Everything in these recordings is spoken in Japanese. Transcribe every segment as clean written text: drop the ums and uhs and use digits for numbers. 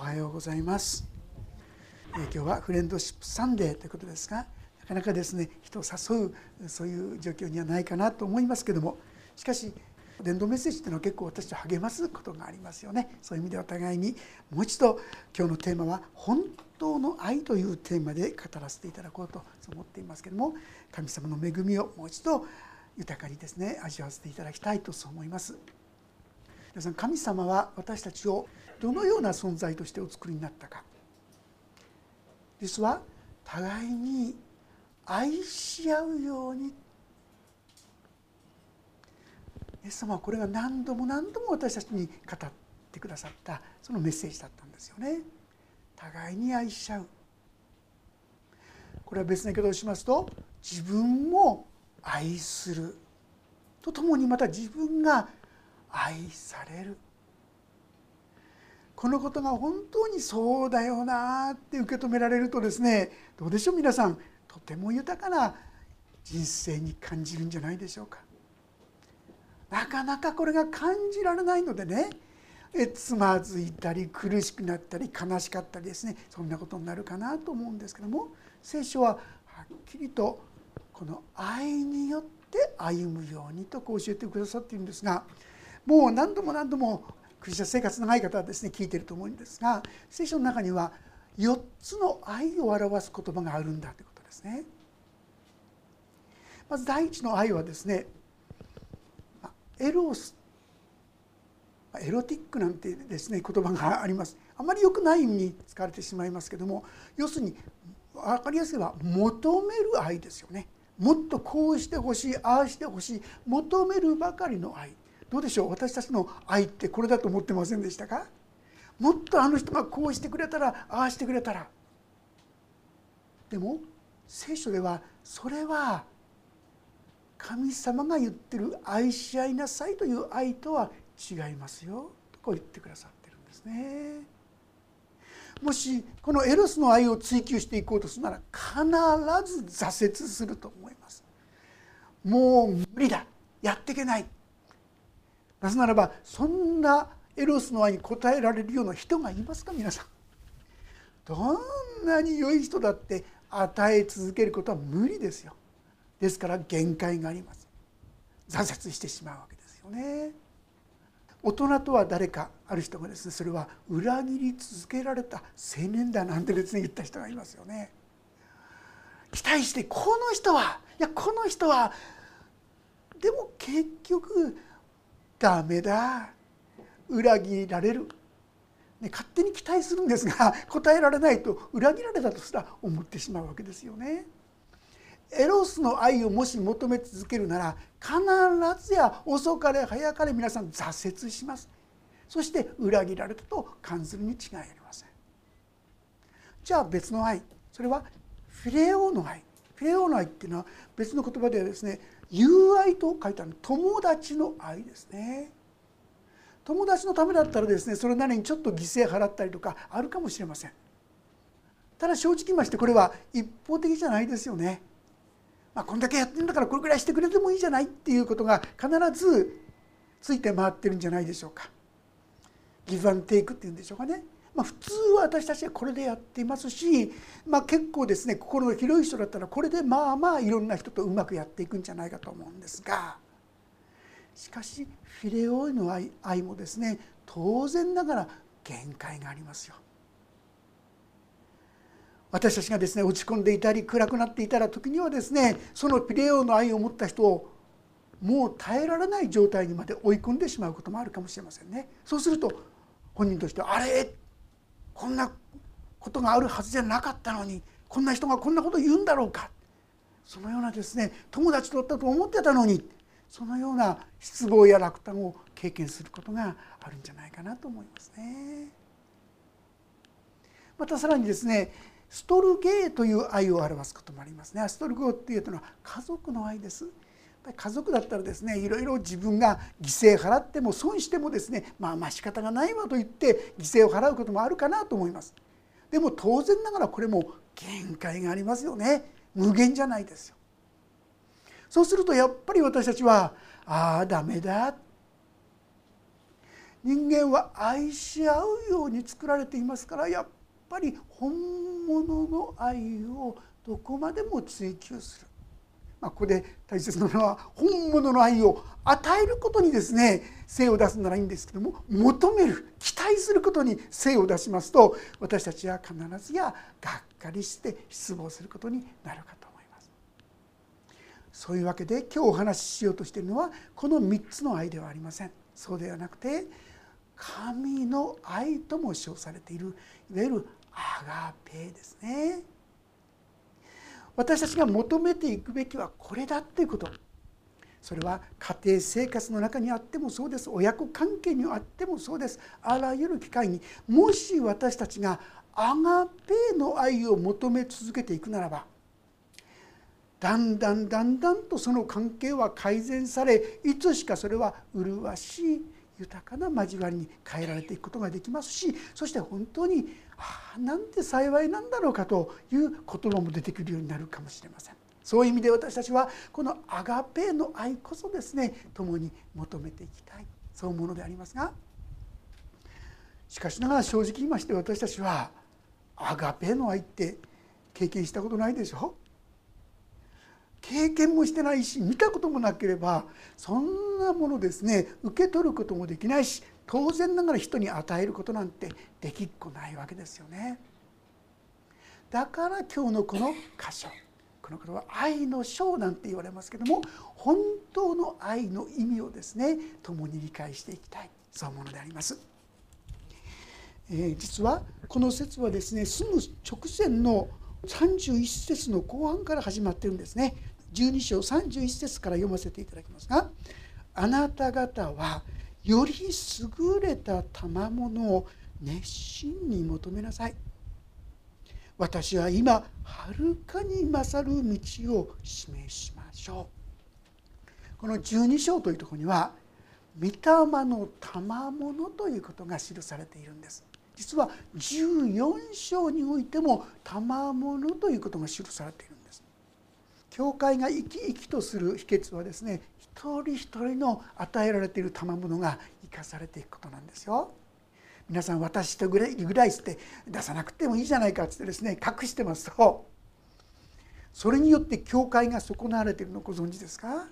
はようございます。今日はフレンドシップサンデーということですが、なかなかですね、人を誘うそういう状況にはないかなと思いますけども、しかし伝道メッセージというのは結構私と励ますことがありますよね。そういう意味でお互いにもう一度今日のテーマは本当の愛というテーマで語らせていただこうと思っていますけども、神様の恵みをもう一度豊かにですね味わわせていただきたいとそう思います。皆さん、神様は私たちをどのような存在としてお作りになったか、実は互いに愛し合うように、イエス様はこれが何度も何度も私たちに語ってくださったそのメッセージだったんですよね。互いに愛し合う。これは別な言い方をしますと、自分も愛するとともにまた自分が愛される。このことが本当にそうだよなって受け止められるとですね、どうでしょう皆さん、とても豊かな人生に感じるんじゃないでしょうか。なかなかこれが感じられないのでね、つまずいたり苦しくなったり悲しかったりですね、そんなことになるかなと思うんですけども、聖書ははっきりとこの愛によって歩むようにとこう教えてくださっているんですが、もう何度も何度もクリスチャン生活長い方はですね聞いていると思うんですが、聖書の中には4つの愛を表す言葉があるんだということですね。まず第一の愛はですね、エロス、エロティックなんてですね言葉があります。あまり良くない意味に使われてしまいますけども、要するに分かりやすいのは求める愛ですよね。もっとこうしてほしい、ああしてほしい、求めるばかりの愛。どうでしょう、私たちの愛ってこれだと思ってませんでしたか。もっとあの人がこうしてくれたら、ああしてくれたら。でも聖書ではそれは神様が言ってる愛し合いなさいという愛とは違いますよとこう言ってくださってるんですね。もしこのエロスの愛を追求していこうとするなら必ず挫折すると思います。もう無理だ、やっていけない。なぜならばそんなエロスの愛に応えられるような人がいますか皆さん。どんなに良い人だって与え続けることは無理ですよ。ですから限界があります。挫折してしまうわけですよね。大人とは誰か、ある人がですね、それは裏切り続けられた青年だなんてですね言った人がいますよね。期待してこの人はいやこの人はでも結局ダメだ、裏切られる、勝手に期待するんですが答えられないと裏切られたとすら思ってしまうわけですよね。エロスの愛をもし求め続けるなら必ずや遅かれ早かれ皆さん挫折します。そして裏切られたと感じるに違いありません。じゃあ別の愛、それはフィレオの愛。フィレオの愛っていうのは別の言葉ではですね、友愛と書いてある友達の愛ですね。友達のためだったらですね、それなりにちょっと犠牲払ったりとかあるかもしれません。ただ正直言いましてこれは一方的じゃないですよね。こんだけやってるんだからこれくらいしてくれてもいいじゃないっていうことが必ずついて回ってるんじゃないでしょうか。ギブアンドテイクっていうんでしょうかね。普通は私たちはこれでやっていますし、結構ですね心の広い人だったらこれでいろんな人とうまくやっていくんじゃないかと思うんですが、しかしフィレオの愛もですね当然ながら限界がありますよ。私たちがですね落ち込んでいたり暗くなっていたら時にはですね、そのフィレオの愛を持った人をもう耐えられない状態にまで追い込んでしまうこともあるかもしれませんね。そうすると本人としてはあれこんなことがあるはずじゃなかったのに、こんな人がこんなことを言うんだろうか、そのようなですね友達だったと思ってたのに、そのような失望や落胆を経験することがあるんじゃないかなと思いますね。またさらにですね、ストルゲーという愛を表すこともありますね。ストルゲーっていうのは家族の愛です。家族だったらですね、いろいろ自分が犠牲払っても損してもですね、仕方がないわと言って犠牲を払うこともあるかなと思います。でも当然ながらこれも限界がありますよね。無限じゃないですよ。そうするとやっぱり私たちはダメだ、 人間は愛し合うように作られていますから、やっぱり本物の愛をどこまでも追求する。ここで大切なのは本物の愛を与えることにですね精を出すならいいんですけども、求める期待することに精を出しますと、私たちは必ずやがっかりして失望することになるかと思います。そういうわけで今日お話ししようとしているのはこの3つの愛ではありません。そうではなくて、神の愛とも称されているいわゆるアガペですね。私たちが求めていくべきはこれだということ。それは家庭生活の中にあってもそうです。親子関係にあってもそうです。あらゆる機会に、もし私たちがアガペの愛を求め続けていくならば、だんだんとその関係は改善され、いつしかそれは麗しい豊かな交わりに変えられていくことができますし、そして本当になんて幸いなんだろうかという言葉も出てくるようになるかもしれません。そういう意味で私たちはこのアガペの愛こそですね、共に求めていきたい、そういうものでありますが、しかしながら正直言いまして、私たちはアガペの愛って経験したことないでしょ。経験もしてないし、見たこともなければそんなものですね受け取ることもできないし、当然ながら人に与えることなんてできっこないわけですよね。だから今日のこの箇所、このことは愛の章なんて言われますけども、本当の愛の意味をですね共に理解していきたい、そういうものであります。実はこの説はですね、すぐ直前の31節の後半から始まっているんですね。12章31節から読ませていただきますが、あなた方はより優れた賜物を熱心に求めなさい。私は今はるかに勝る道を示しましょう。この12章というところには御霊の賜物ということが記されているんです。実は14章においても賜物ということが記されているんです。教会が生き生きとする秘訣はですね、一人一人の与えられている賜物が生かされていくことなんですよ。皆さん、私とグライスって出さなくてもいいじゃないかってですね隠してますと、それによって教会が損なわれているのをご存知ですか。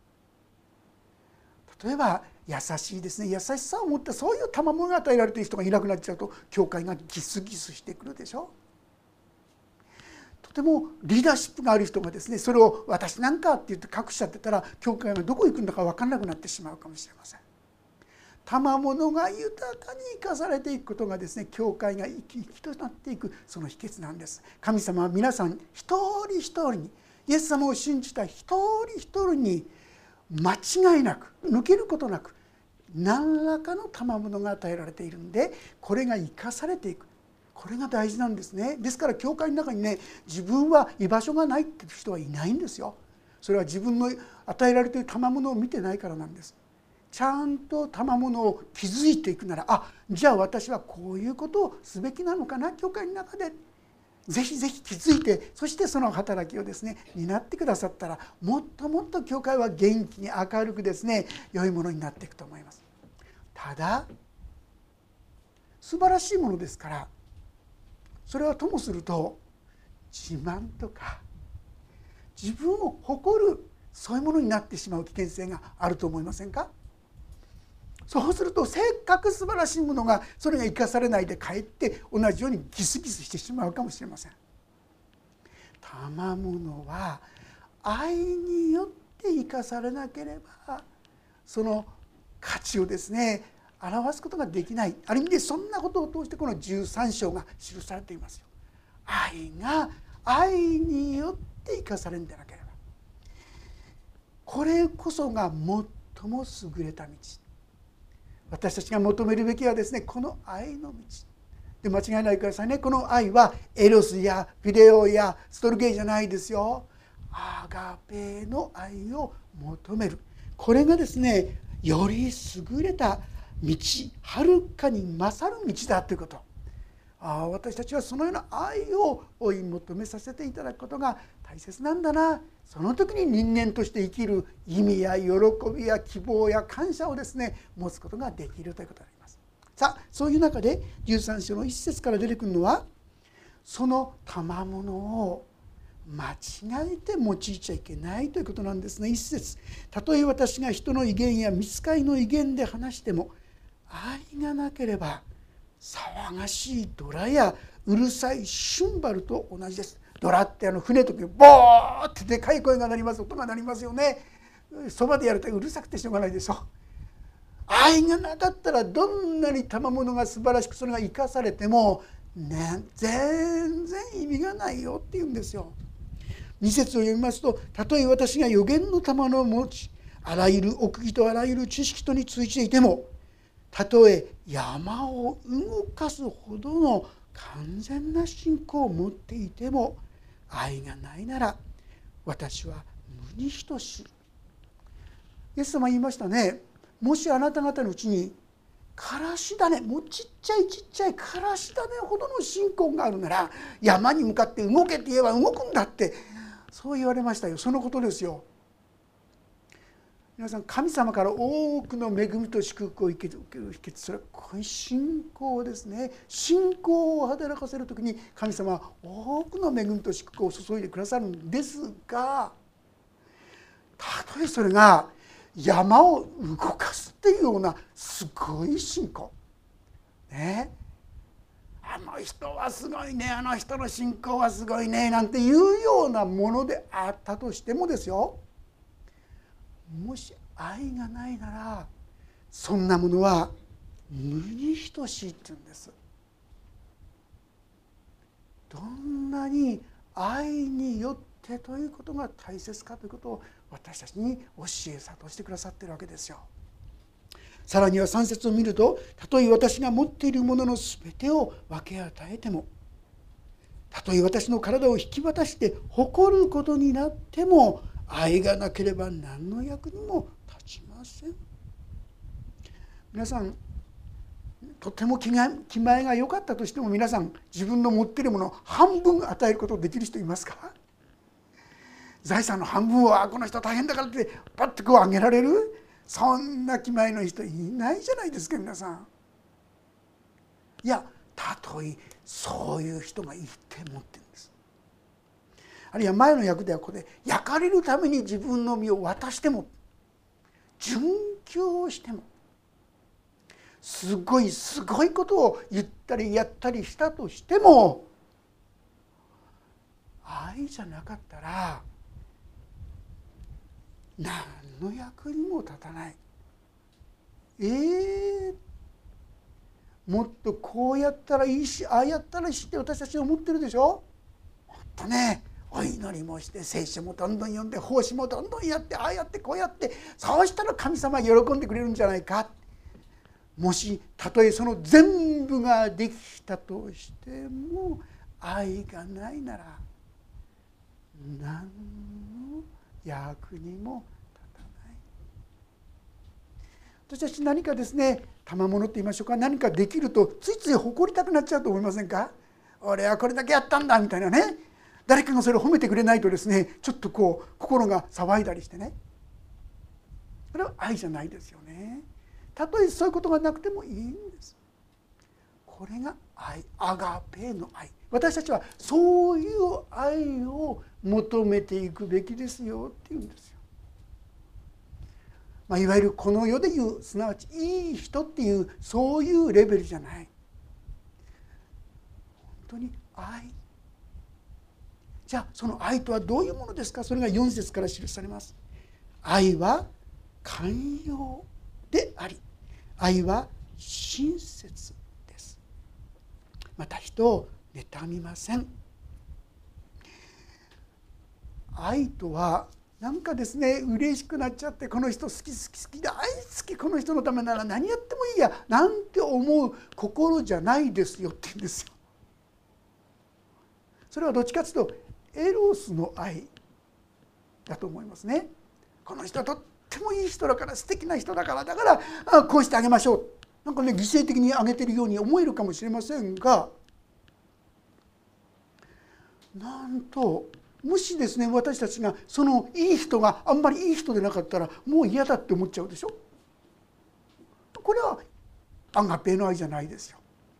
例えば優しいですね、優しさを持ったそういう賜物が与えられている人がいなくなっちゃうと、教会がギスギスしてくるでしょ。とてもリーダーシップがある人がですね、それを私なんかって言って隠しちゃってたら、教会がどこ行くんだか分からなくなってしまうかもしれません。賜物が豊かに生かされていくことがですね、教会が生き生きとなっていくその秘訣なんです。神様は皆さん一人一人に、イエス様を信じた一人一人に間違いなく、抜けることなく何らかの賜物が与えられているんで、これが生かされていく、これが大事なんですね。ですから教会の中にね、自分は居場所がないって人はいないんですよ。それは自分の与えられている賜物を見てないからなんです。ちゃんと賜物を気づいていくなら、じゃあ私はこういうことをすべきなのかな、教会の中でぜひぜひ気づいて、そしてその働きをですね担ってくださったら、もっともっと教会は元気に明るくですね良いものになっていくと思います。ただ素晴らしいものですから、それはともすると自慢とか自分を誇る、そういうものになってしまう危険性があると思いませんか。そうするとせっかく素晴らしいものがそれが生かされないでかえって同じようにギスギスしてしまうかもしれません。賜物は愛によって生かされなければその価値をですね表すことができない。ある意味でそんなことを通してこの13章が記されていますよ。愛によって生かされるんでなければ、これこそが最も優れた道。私たちが求めるべきはですね、この愛の道で、間違いないでくださいね。この愛はエロスやフィレオやストルゲイじゃないですよ。アガペの愛を求める、これがですねより優れた道、はるかに勝る道だということ、 私たちはそのような愛を追い求めさせていただくことが大切なんだな。その時に人間として生きる意味や喜びや希望や感謝をですね持つことができるということになります。さあ、そういう中で13章の1節から出てくるのは、その賜物を間違えて用いちゃいけないということなんですね。1節、たとえ私が人の威厳や御使いの威厳で話しても、愛がなければ騒がしいドラやうるさいシンバルと同じです。ドラって船の時にボーってでかい声が鳴ります、音が鳴りますよね。そばでやるとうるさくてしょうがないでしょ。愛がなかったらどんなに賜物が素晴らしくそれが生かされても、ね、全然意味がないよって言うんですよ。2節を読みますと、たとえ私が預言の賜物を持ち、あらゆる奥義とあらゆる知識とに通じていても、たとえ山を動かすほどの完全な信仰を持っていても、愛がないなら私は無に等しい。イエス様言いましたね。もしあなた方のうちにからし種、もうちっちゃいからし種ほどの信仰があるなら、山に向かって動けって言えば動くんだって、そう言われましたよ。そのことですよ。皆さん、神様から多くの恵みと祝福を受ける秘訣、それはこういう信仰ですね。信仰を働かせるときに神様は多くの恵みと祝福を注いでくださるんですが、たとえそれが山を動かすっていうようなすごい信仰ね、あの人はすごいね、あの人の信仰はすごいねなんていうようなものであったとしてもですよ、もし愛がないならそんなものは無に等しいって言うんです。どんなに愛によってということが大切かということを私たちに教え諭してくださっているわけですよ。さらには3節を見ると、たとえ私が持っているもののすべてを分け与えても、たとえ私の体を引き渡して誇ることになっても、愛がなければ何の役にも立ちません。皆さん、とても気前が良かったとしても、皆さん自分の持っているものを半分与えることができる人いますか？財産の半分をこの人大変だからってパッとこうあげられる、そんな気前の人いないじゃないですか皆さん。いや、たとえそういう人がいて持ってるんです。あるいは前の訳ではここで焼かれるために自分の身を渡しても、殉教をしても、すごいことを言ったりやったりしたとしても、愛じゃなかったら何の役にも立たない。もっとこうやったらいいし、ああやったらいいしって私たちは思ってるでしょ。もっとね、お祈りもして聖書もどんどん読んで奉仕もどんどんやって、ああやってこうやって、そうしたら神様は喜んでくれるんじゃないか。もしたとえその全部ができたとしても愛がないなら何の役にも立たない。私たち何かですね、賜物って言いましょうか、何かできるとついつい誇りたくなっちゃうと思いませんか？俺はこれだけやったんだみたいなね。誰かがそれを褒めてくれないとですね、ちょっとこう心が騒いだりしてね、それは愛じゃないですよね。たとえそういうことがなくてもいいんです。これが愛、アガペの愛。私たちはそういう愛を求めていくべきですよっていうんですよ。いわゆるこの世でいう、すなわちいい人っていうそういうレベルじゃない。本当に愛。じゃあその愛とはどういうものですか？それが4節から記されます。愛は寛容であり、愛は親切です。また人を妬みません。愛とはなんかですね、嬉しくなっちゃって、この人好きで大好き、この人のためなら何やってもいいやなんて思う心じゃないですよって言うんですよ。それはどっちかというとエロスの愛だと思いますね。この人はとってもいい人だから、素敵な人だからこうしてあげましょう、なんかね犠牲的にあげてるように思えるかもしれませんが、 なんともしですね、私たちがそのいい人があんまりいい人でなかったらもう嫌だって思っちゃうでしょ。これはアガペの愛じゃないですよ。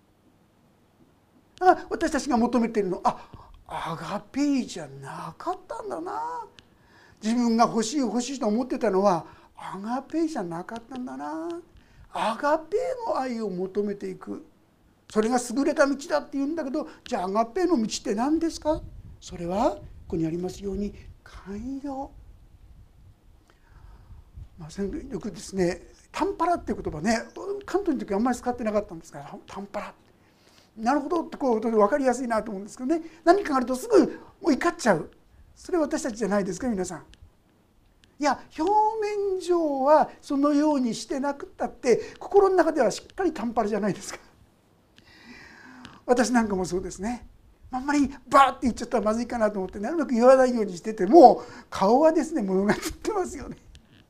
私たちが求めているのはアガペじゃなかったんだな、自分が欲しいと思ってたのはアガペじゃなかったんだな、アガペの愛を求めていく、それが優れた道だって言うんだけど、じゃあアガペの道って何ですか。それはここにありますように寛容、よくですねタンパラっていう言葉ね、関東の時はあんまり使ってなかったんですが、タンパラ、なるほどってこう分かりやすいなと思うんですけどね、何かがあるとすぐもう怒っちゃう、それは私たちじゃないですか皆さん。いや表面上はそのようにしてなくったって心の中ではしっかりタンパラじゃないですか。私なんかもそうですね、あんまりバーって言っちゃったらまずいかなと思ってなるべく言わないようにしてても顔はですね物がつってますよね。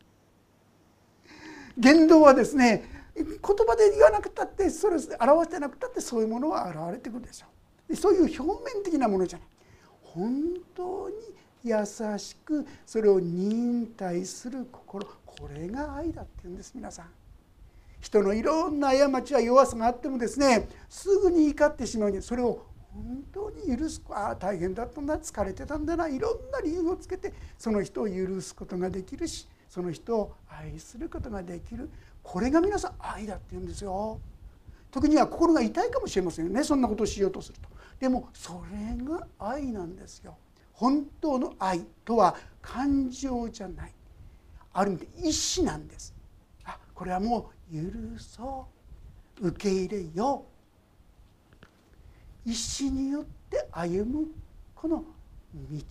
言動はですね言葉で言わなくたってそれを表してなくたってそういうものは現れてくるでしょう。そういう表面的なものじゃない、本当に優しくそれを忍耐する心、これが愛だっていうんです。皆さん、人のいろんな過ちや弱さがあってもですねすぐに怒ってしまうにそれを本当に許す、大変だったんだ、疲れてたんだな、いろんな理由をつけてその人を許すことができるし、その人を愛することができる、これが皆さん愛だって言うんですよ。時には心が痛いかもしれませんよね、そんなことをしようとすると。でもそれが愛なんですよ。本当の愛とは感情じゃない、ある意味で意志なんです。これはもう許そう、受け入れよう、意志によって歩むこの道、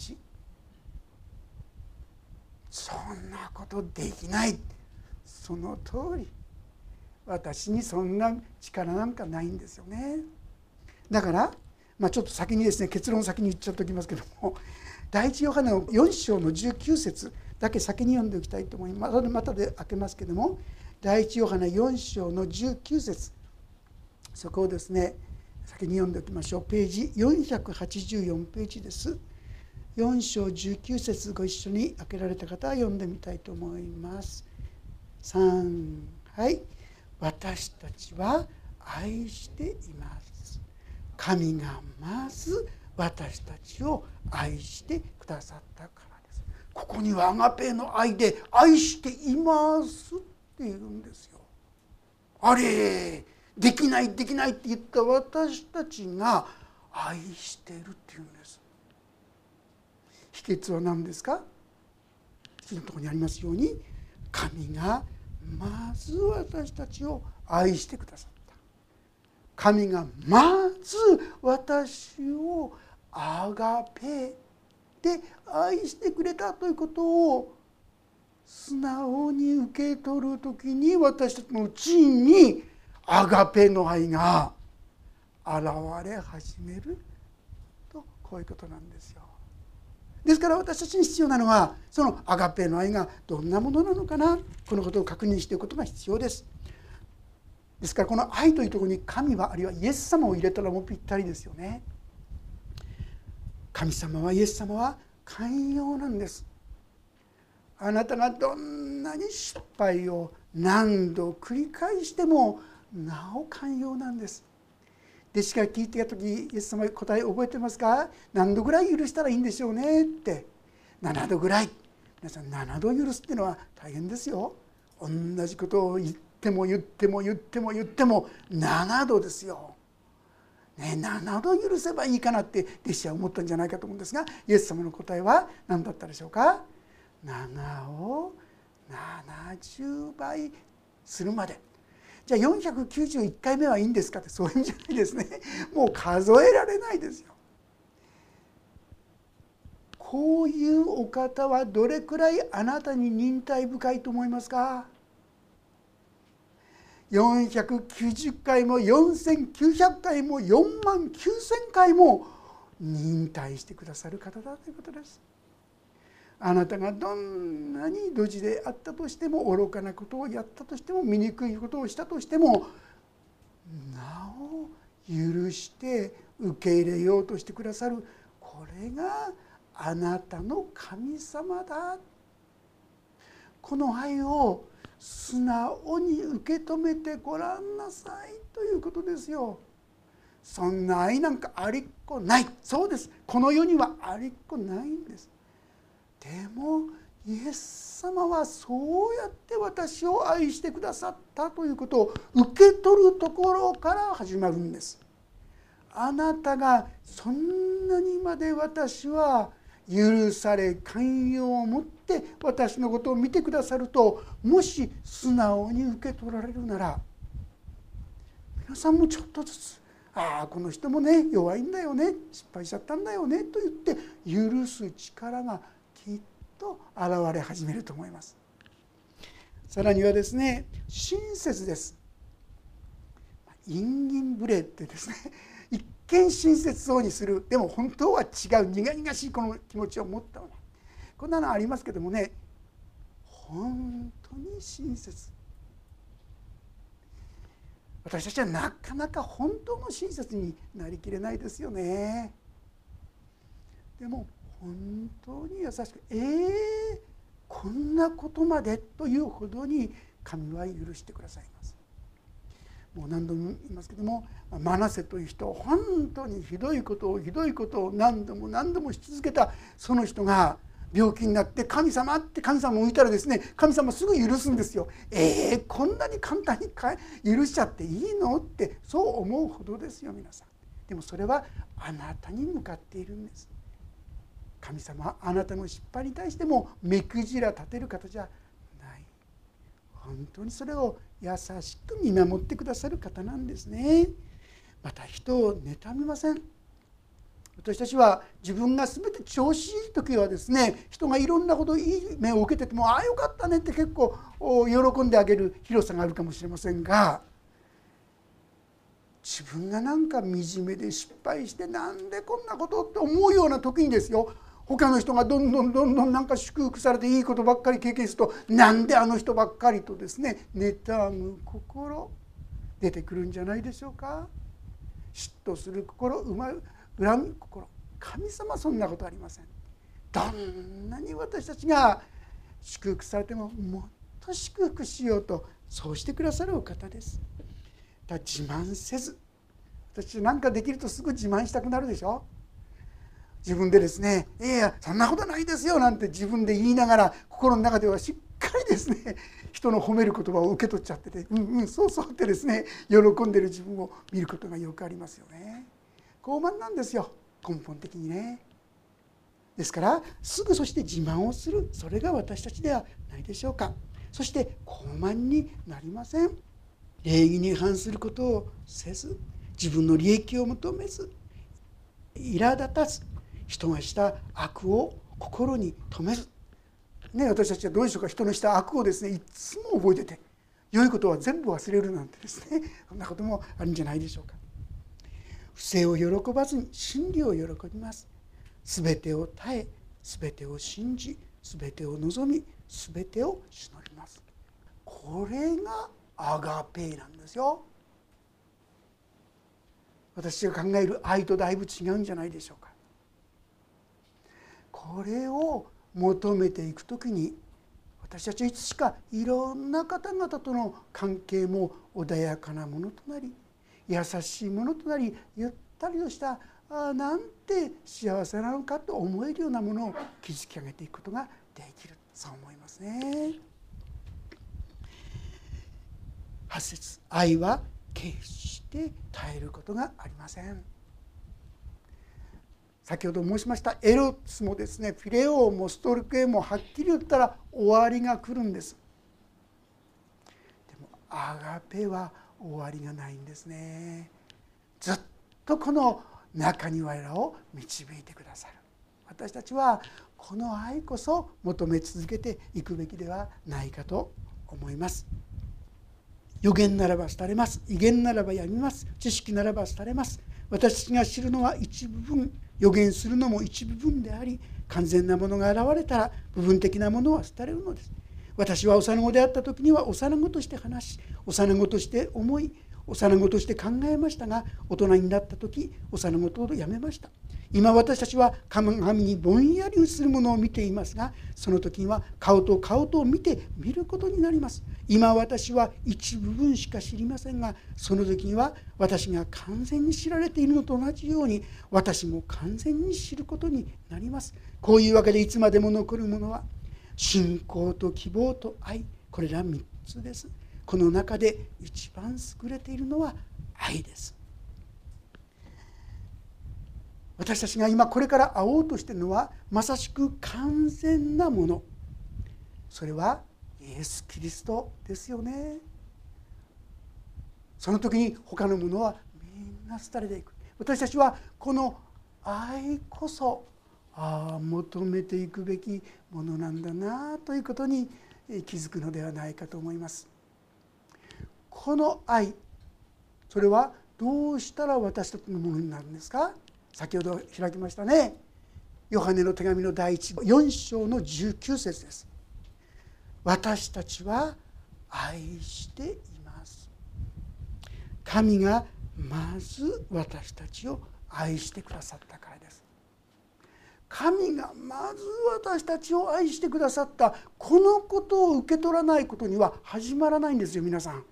そんなことできない、その通り、私にそんな力なんかないんですよね。だから、ちょっと先にですね結論を先に言っちゃっておきますけども、第一ヨハネの4章の19節だけ先に読んでおきたいと思います。またで開けますけども、第一ヨハネ4章の19節、そこをですね先に読んでおきましょう。ページ484ページです。4章19節ご一緒に開けられた方は読んでみたいと思います。3、はい。私たちは愛しています。神がまず私たちを愛してくださったからです。ここにはアガペの愛で愛していますっていうんですよ。あれ、できないできないって言った私たちが愛してるっていうんです。秘訣は何ですか。次のところにありますように、神がまず私たちを愛してくださった。神がまず私をアガペで愛してくれたということを素直に受け取るときに、私たちのうちにアガペの愛が現れ始めると、こういうことなんですよ。ですから私たちに必要なのは、そのアガペの愛がどんなものなのかな、このことを確認していくことが必要です。ですからこの愛というところに神は、あるいはイエス様を入れたらもうぴったりですよね。神様は、イエス様は寛容なんです。あなたがどんなに失敗を何度繰り返してもなお寛容なんです。弟子が聞いてた時、イエス様答え覚えてますか。何度ぐらい許したらいいんでしょうねって。7度ぐらい。皆さん、7度許すっていうのは大変ですよ。同じことを言っても言っても言っても言っても7度ですよ。7度許せばいいかなって弟子は思ったんじゃないかと思うんですが、イエス様の答えは何だったでしょうか。7を70倍するまで。じゃあ491回目はいいんですかって、そういうんじゃないですね。もう数えられないですよ。こういうお方はどれくらいあなたに忍耐深いと思いますか。490回も4900回も4万9000回も忍耐してくださる方だということです。あなたがどんなにドジであったとしても、愚かなことをやったとしても、醜いことをしたとしても、なお許して受け入れようとしてくださる、ここれがあなたの神様だ。この愛を素直に受け止めてごらんなさいということですよ。そんな愛なんかありっこない。そうです。この世にはありっこないんです。でもイエス様はそうやって私を愛してくださったということを受け取るところから始まるんです。あなたがそんなにまで私は許され寛容を持って私のことを見てくださると、もし素直に受け取られるなら、皆さんもちょっとずつこの人もね弱いんだよね、失敗しちゃったんだよねと言って許す力がきっと現れ始めると思います。さらにはですね、親切です。陰銀無礼ってですね、一見親切そうにする、でも本当は違う苦々しいこの気持ちを持ったのね、こんなのありますけどもね、本当に親切。私たちはなかなか本当の親切になりきれないですよね。でも本当に優しく、こんなことまでというほどに神は許してくださいます。もう何度も言いますけども、マナセという人、本当にひどいことを何度も何度もし続けたその人が病気になって神様って神様を見たらですね、神様すぐ許すんですよ。こんなに簡単に許しちゃっていいのってそう思うほどですよ皆さん。でもそれはあなたに向かっているんです。神様はあなたの失敗に対しても目くじら立てる方じゃない。本当にそれを優しく見守ってくださる方なんですね。また人を妬みません。私たちは自分が全て調子いい時はですね、人がいろんなこといい目を受けててもよかったねって結構喜んであげる広さがあるかもしれませんが、自分がなんか惨めで失敗してなんでこんなことって思うような時にですよ、他の人がどんどんなんか祝福されていいことばっかり経験すると、なんであの人ばっかりとですね妬む心出てくるんじゃないでしょうか。嫉妬する心、恨む心、神様はそんなことありません。どんなに私たちが祝福されてももっと祝福しようとそうしてくださるお方です。だから自慢せず、私なんかできるとすぐ自慢したくなるでしょ。自分でですね、いやそんなことないですよなんて自分で言いながら、心の中ではしっかりですね人の褒める言葉を受け取っちゃってて、そうそうってですね喜んでる自分を見ることがよくありますよね。傲慢なんですよ、根本的にね。ですからすぐそして自慢をする、それが私たちではないでしょうか。そして傲慢になりません。礼儀に反することをせず、自分の利益を求めず、苛立たず、人がした悪を心に留めず、私たちはどうでしょうか。人のした悪をですねいつも覚えてて、良いことは全部忘れるなんてですね、そんなこともあるんじゃないでしょうか。不正を喜ばずに真理を喜びます。すべてを耐え、すべてを信じ、すべてを望み、すべてを祈ります。これがアガペイなんですよ。私が考える愛とだいぶ違うんじゃないでしょうか。これを求めていくときに、私たちはいつしかいろんな方々との関係も穏やかなものとなり、優しいものとなり、ゆったりとしたなんて幸せなのかと思えるようなものを築き上げていくことができる、そう思いますね。8節、愛は決して絶えることがありません。先ほど申しましたエロスもですね、フィレオもストルケもはっきり言ったら終わりが来るんです。でもアガペは終わりがないんですね。ずっとこの中に我らを導いてくださる。私たちはこの愛こそ求め続けていくべきではないかと思います。預言ならば廃れます。威厳ならばやみます。知識ならば廃れます。私が知るのは一部分、預言するのも一部分であり、完全なものが現れたら部分的なものは廃れるのです。私は幼子であった時には幼子として話し、幼子として思い、幼子として考えましたが、大人になった時幼子とやめました。 今私たちは鏡にぼんやり映るものを見ていますが、その時には顔と顔とを見て見ることになります。今私は一部分しか知りませんが、その時には私が完全に知られているのと同じように、私も完全に知ることになります。こういうわけでいつまでも残るものは信仰と希望と愛、これら3つです。この中で一番優れているのは愛です。私たちが今これから会おうとしているのはまさしく完全なもの、それはイエス・キリストですよね。その時に他のものはみんな廃れていく。私たちはこの愛こそ求めていくべきものなんだなということに気づくのではないかと思います。この愛、それはどうしたら私たちのものになるんですか。先ほど開きましたね。ヨハネの手紙の第4章の19節です。私たちは愛しています。神がまず私たちを愛してくださったからです。神がまず私たちを愛してくださった、このことを受け取らないことには始まらないんですよ。皆さん、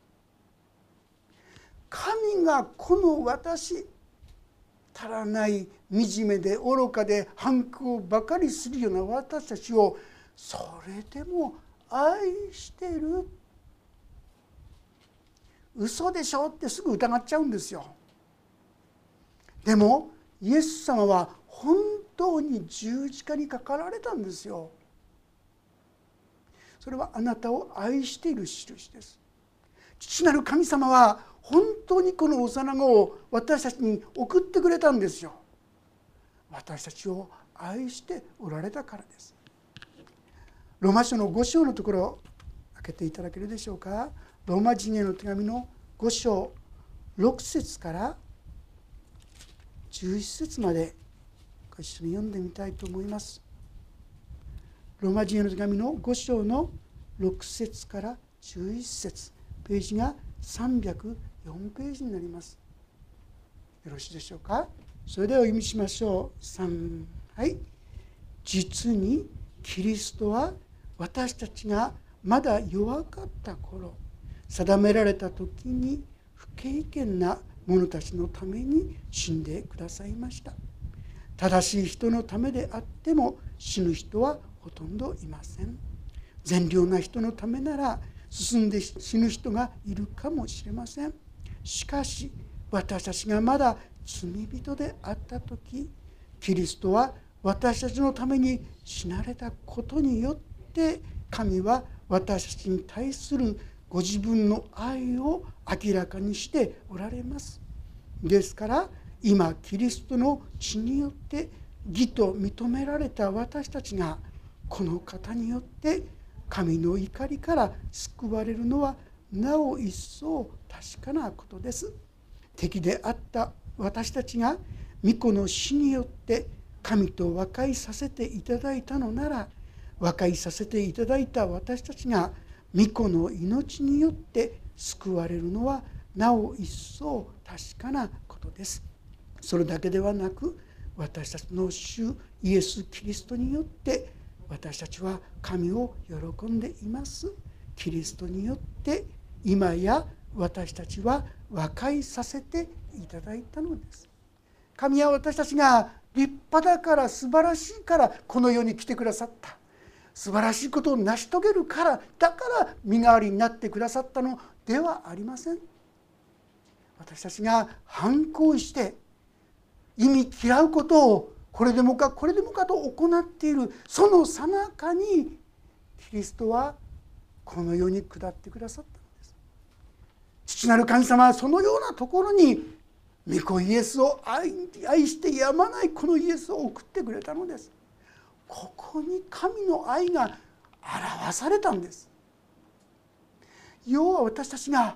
神がこの私、足らない惨めで愚かで反抗ばかりするような私たちをそれでも愛している。嘘でしょってすぐ疑っちゃうんですよ。でもイエス様は本当に十字架にかかられたんですよ。それはあなたを愛している印です。父なる神様は本当にこの幼子を私たちに送ってくれたんですよ。私たちを愛しておられたからです。ローマ書の5章のところを開けていただけるでしょうか。ローマ人への手紙の5章6節から11節までご一緒に読んでみたいと思います。ローマ人への手紙の5章の6節から11節、ページが304ページになります。よろしいでしょうか。それではお読みしましょう。3、はい。実にキリストは私たちがまだ弱かった頃、定められた時に不経験な者たちのために死んでくださいました。正しい人のためであっても死ぬ人はほとんどいません。善良な人のためなら進んで死ぬ人がいるかもしれません。しかし私たちがまだ罪人であった時、キリストは私たちのために死なれたことによって神は私たちに対するご自分の愛を明らかにしておられます。ですから今キリストの血によって義と認められた私たちがこの方によって神の怒りから救われるのはなお一層確かなことです。敵であった私たちが御子の死によって神と和解させていただいたのなら、和解させていただいた私たちが御子の命によって救われるのはなお一層確かなことです。それだけではなく、私たちの主イエス・キリストによって私たちは神を喜んでいます。キリストによって今や私たちは和解させていただいたのです。神は私たちが立派だから素晴らしいからこの世に来てくださった。素晴らしいことを成し遂げるからだから身代わりになってくださったのではありません。私たちが反抗して忌み嫌うことをこれでもかこれでもかと行っているその最中にキリストはこの世に下ってくださったのです。父なる神様はそのようなところに御子イエスを愛してやまないこのイエスを送ってくれたのです。ここに神の愛が表されたんです。要は私たちが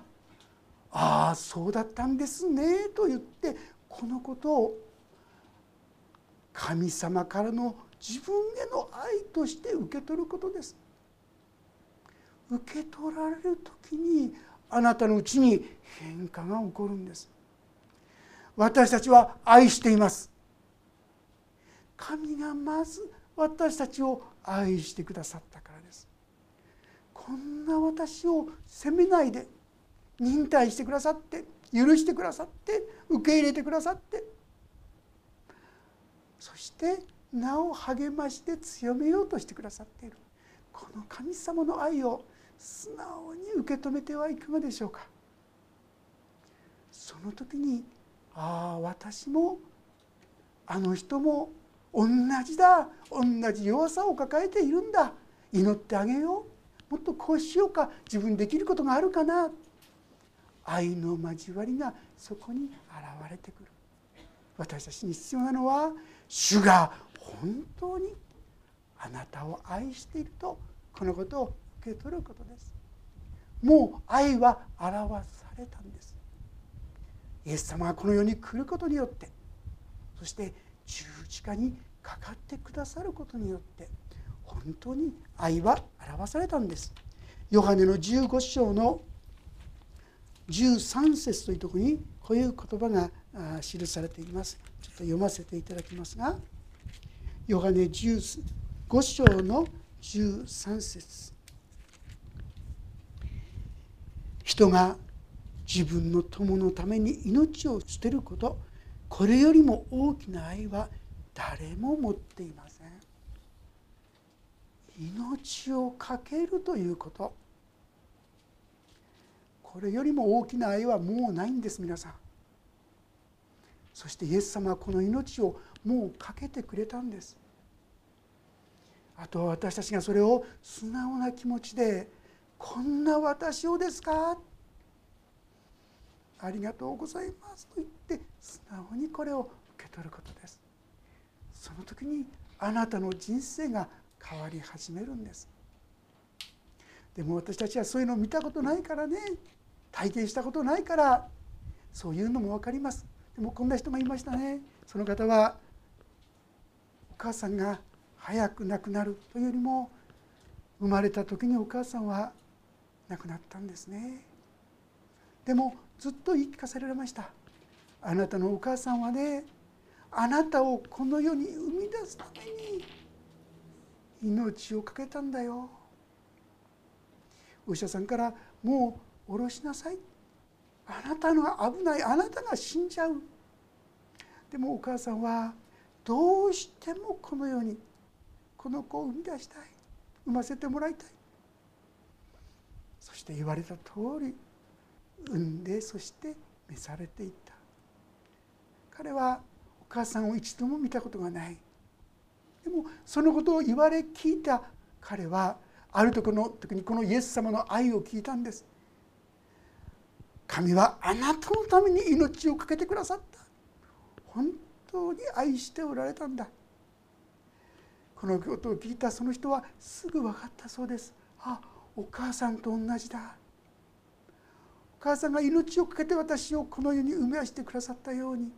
「ああそうだったんですね」と言ってこのことを神様からの自分への愛として受け取ることです。受け取られる時にあなたのうちに変化が起こるんです。私たちは愛しています。 神がまず私たちを愛してくださったからです。こんな私を責めないで、忍耐してくださって、許してくださって、受け入れてくださって、そしてなお励まして強めようとしてくださっている、この神様の愛を素直に受け止めてはいかがでしょうか。その時に、ああ私もあの人も同じだ、同じ弱さを抱えているんだ、祈ってあげよう、もっとこうしようか、自分できることがあるかな、愛の交わりがそこに現れてくる。私たちに必要なのは、主が本当にあなたを愛していると、このことを受け取ることです。もう愛は表されたんです。イエス様がこの世に来ることによって、そして十字架にかかってくださることによって、本当に愛は表されたんです。ヨハネの15章の13節というところにこういう言葉が記されています。ちょっと読ませていただきますが、ヨハネ15章の13節、人が自分の友のために命を捨てること、これよりも大きな愛は誰も持っていません。命を懸けるということ、これよりも大きな愛はもうないんです、皆さん。そしてイエス様はこの命をもう懸けてくれたんです。あとは私たちがそれを素直な気持ちで、こんな私をですか、ありがとうございますと言って素直にこれを受け取ることです。その時にあなたの人生が変わり始めるんです。でも私たちはそういうのを見たことないからね、体験したことないからそういうのも分かります。でもこんな人がいましたね。その方はお母さんが早く亡くなるというよりも、生まれた時にお母さんは亡くなったんですね。でもずっと言い聞かせられました。あなたのお母さんはね、あなたをこの世に生み出すために命を懸けたんだよ。お医者さんからもう下ろしなさい、あなたの危ない、あなたが死んじゃう。でもお母さんはどうしてもこの世にこの子を生み出したい、産ませてもらいたい。そして言われた通り産んで、そして召されていった。彼はお母さんを一度も見たことがない。でもそのことを言われ聞いた彼は、ある時にこのイエス様の愛を聞いたんです。神はあなたのために命を懸けてくださった。本当に愛しておられたんだ。このことを聞いたその人はすぐ分かったそうです。あ、お母さんと同じだ。お母さんが命を懸けて私をこの世に生み出してくださったように、イエ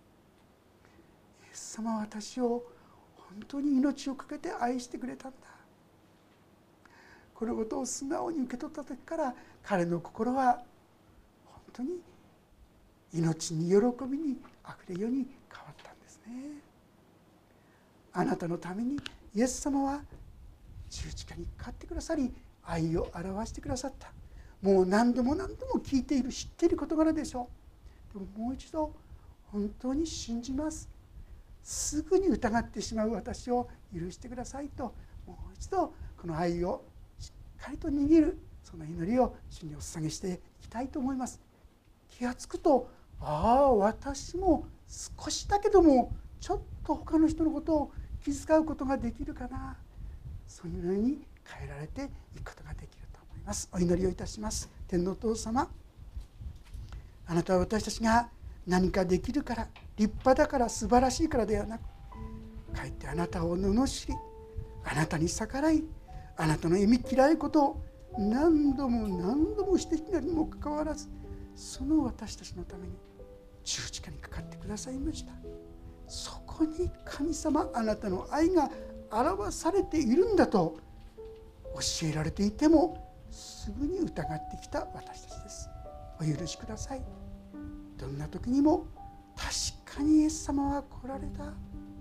ス様は私を本当に命を懸けて愛してくれたんだ。このことを素直に受け取った時から、彼の心は本当に命に喜びにあふれるように変わったんですね。あなたのためにイエス様は十字架にかかってくださり、愛を表してくださった。もう何度も何度も聞いている、知っている事柄でしょう。でももう一度本当に信じます、すぐに疑ってしまう私を許してくださいと、もう一度この愛をしっかりと握る、その祈りを主にお捧げしていきたいと思います。気がつくと、私も少しだけどもちょっと他の人のことを気遣うことができるかな、そういうのに変えられていくことができると思います。お祈りをいたします。天のお父様、あなたは私たちが何かできるから、立派だから、素晴らしいからではなく、かえってあなたを罵り、あなたに逆らい、あなたの忌み嫌いことを何度も何度も指摘なにもかかわらず、その私たちのために十字架にかかってくださいました。そこに神様、あなたの愛が表されているんだと教えられていても、すぐに疑ってきた私たちです。お許しください。どんな時にも確かにイエス様は来られた、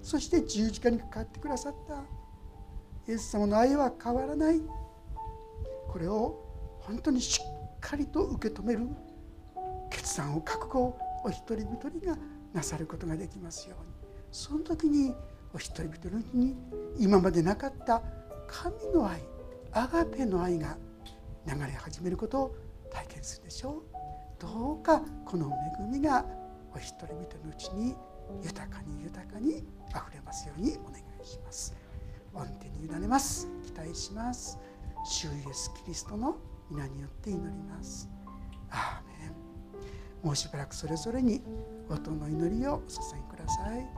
そして十字架にかかってくださったイエス様の愛は変わらない。これを本当にしっかりと受け止める決断を覚悟をお一人一人がなさることができますように。その時にお一人一人に今までなかった神の愛、アガペの愛が流れ始めることを体験するでしょう。どうかこの恵みがお一人一人のうちに豊かに豊かにあふれますようにお願いします。御手に委ねます。期待します。主イエスキリストの皆によって祈ります。アーメン。もうしばらくそれぞれに音の祈りをお捧げください。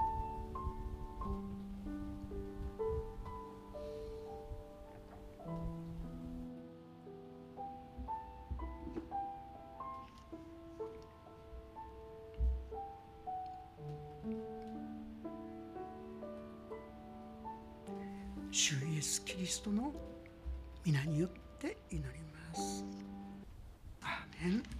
主イエスキリストの皆によって祈ります。アーメン。